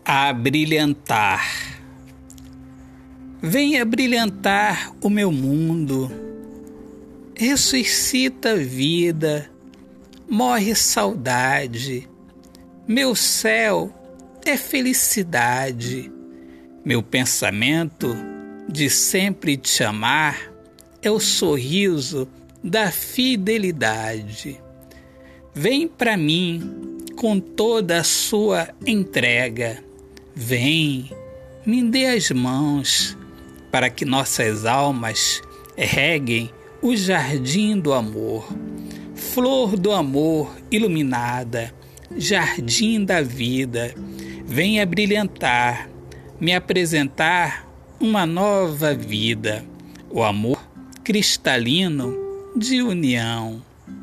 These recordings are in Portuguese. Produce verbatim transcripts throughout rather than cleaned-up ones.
a brilhantar. Venha brilhantar o meu mundo, ressuscita a vida, morre saudade, meu céu é felicidade, meu pensamento de sempre te amar é o sorriso da fidelidade. Vem para mim com toda a sua entrega, vem, me dê as mãos, para que nossas almas reguem o jardim do amor. Flor do amor iluminada, jardim da vida, venha brilhantar, me apresentar uma nova vida, o amor cristalino de união.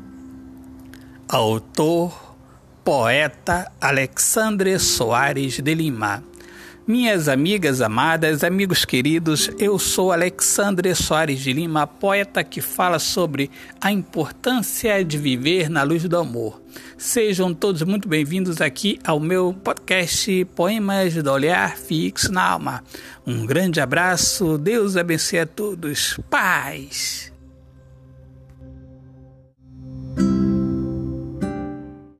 Autor, poeta Alexandre Soares de Lima. Minhas amigas amadas, amigos queridos, eu sou Alexandre Soares de Lima, poeta que fala sobre a importância de viver na luz do amor. Sejam todos muito bem-vindos aqui ao meu podcast Poemas do Olhar Fixo na Alma. Um grande abraço, Deus abençoe a todos. Paz!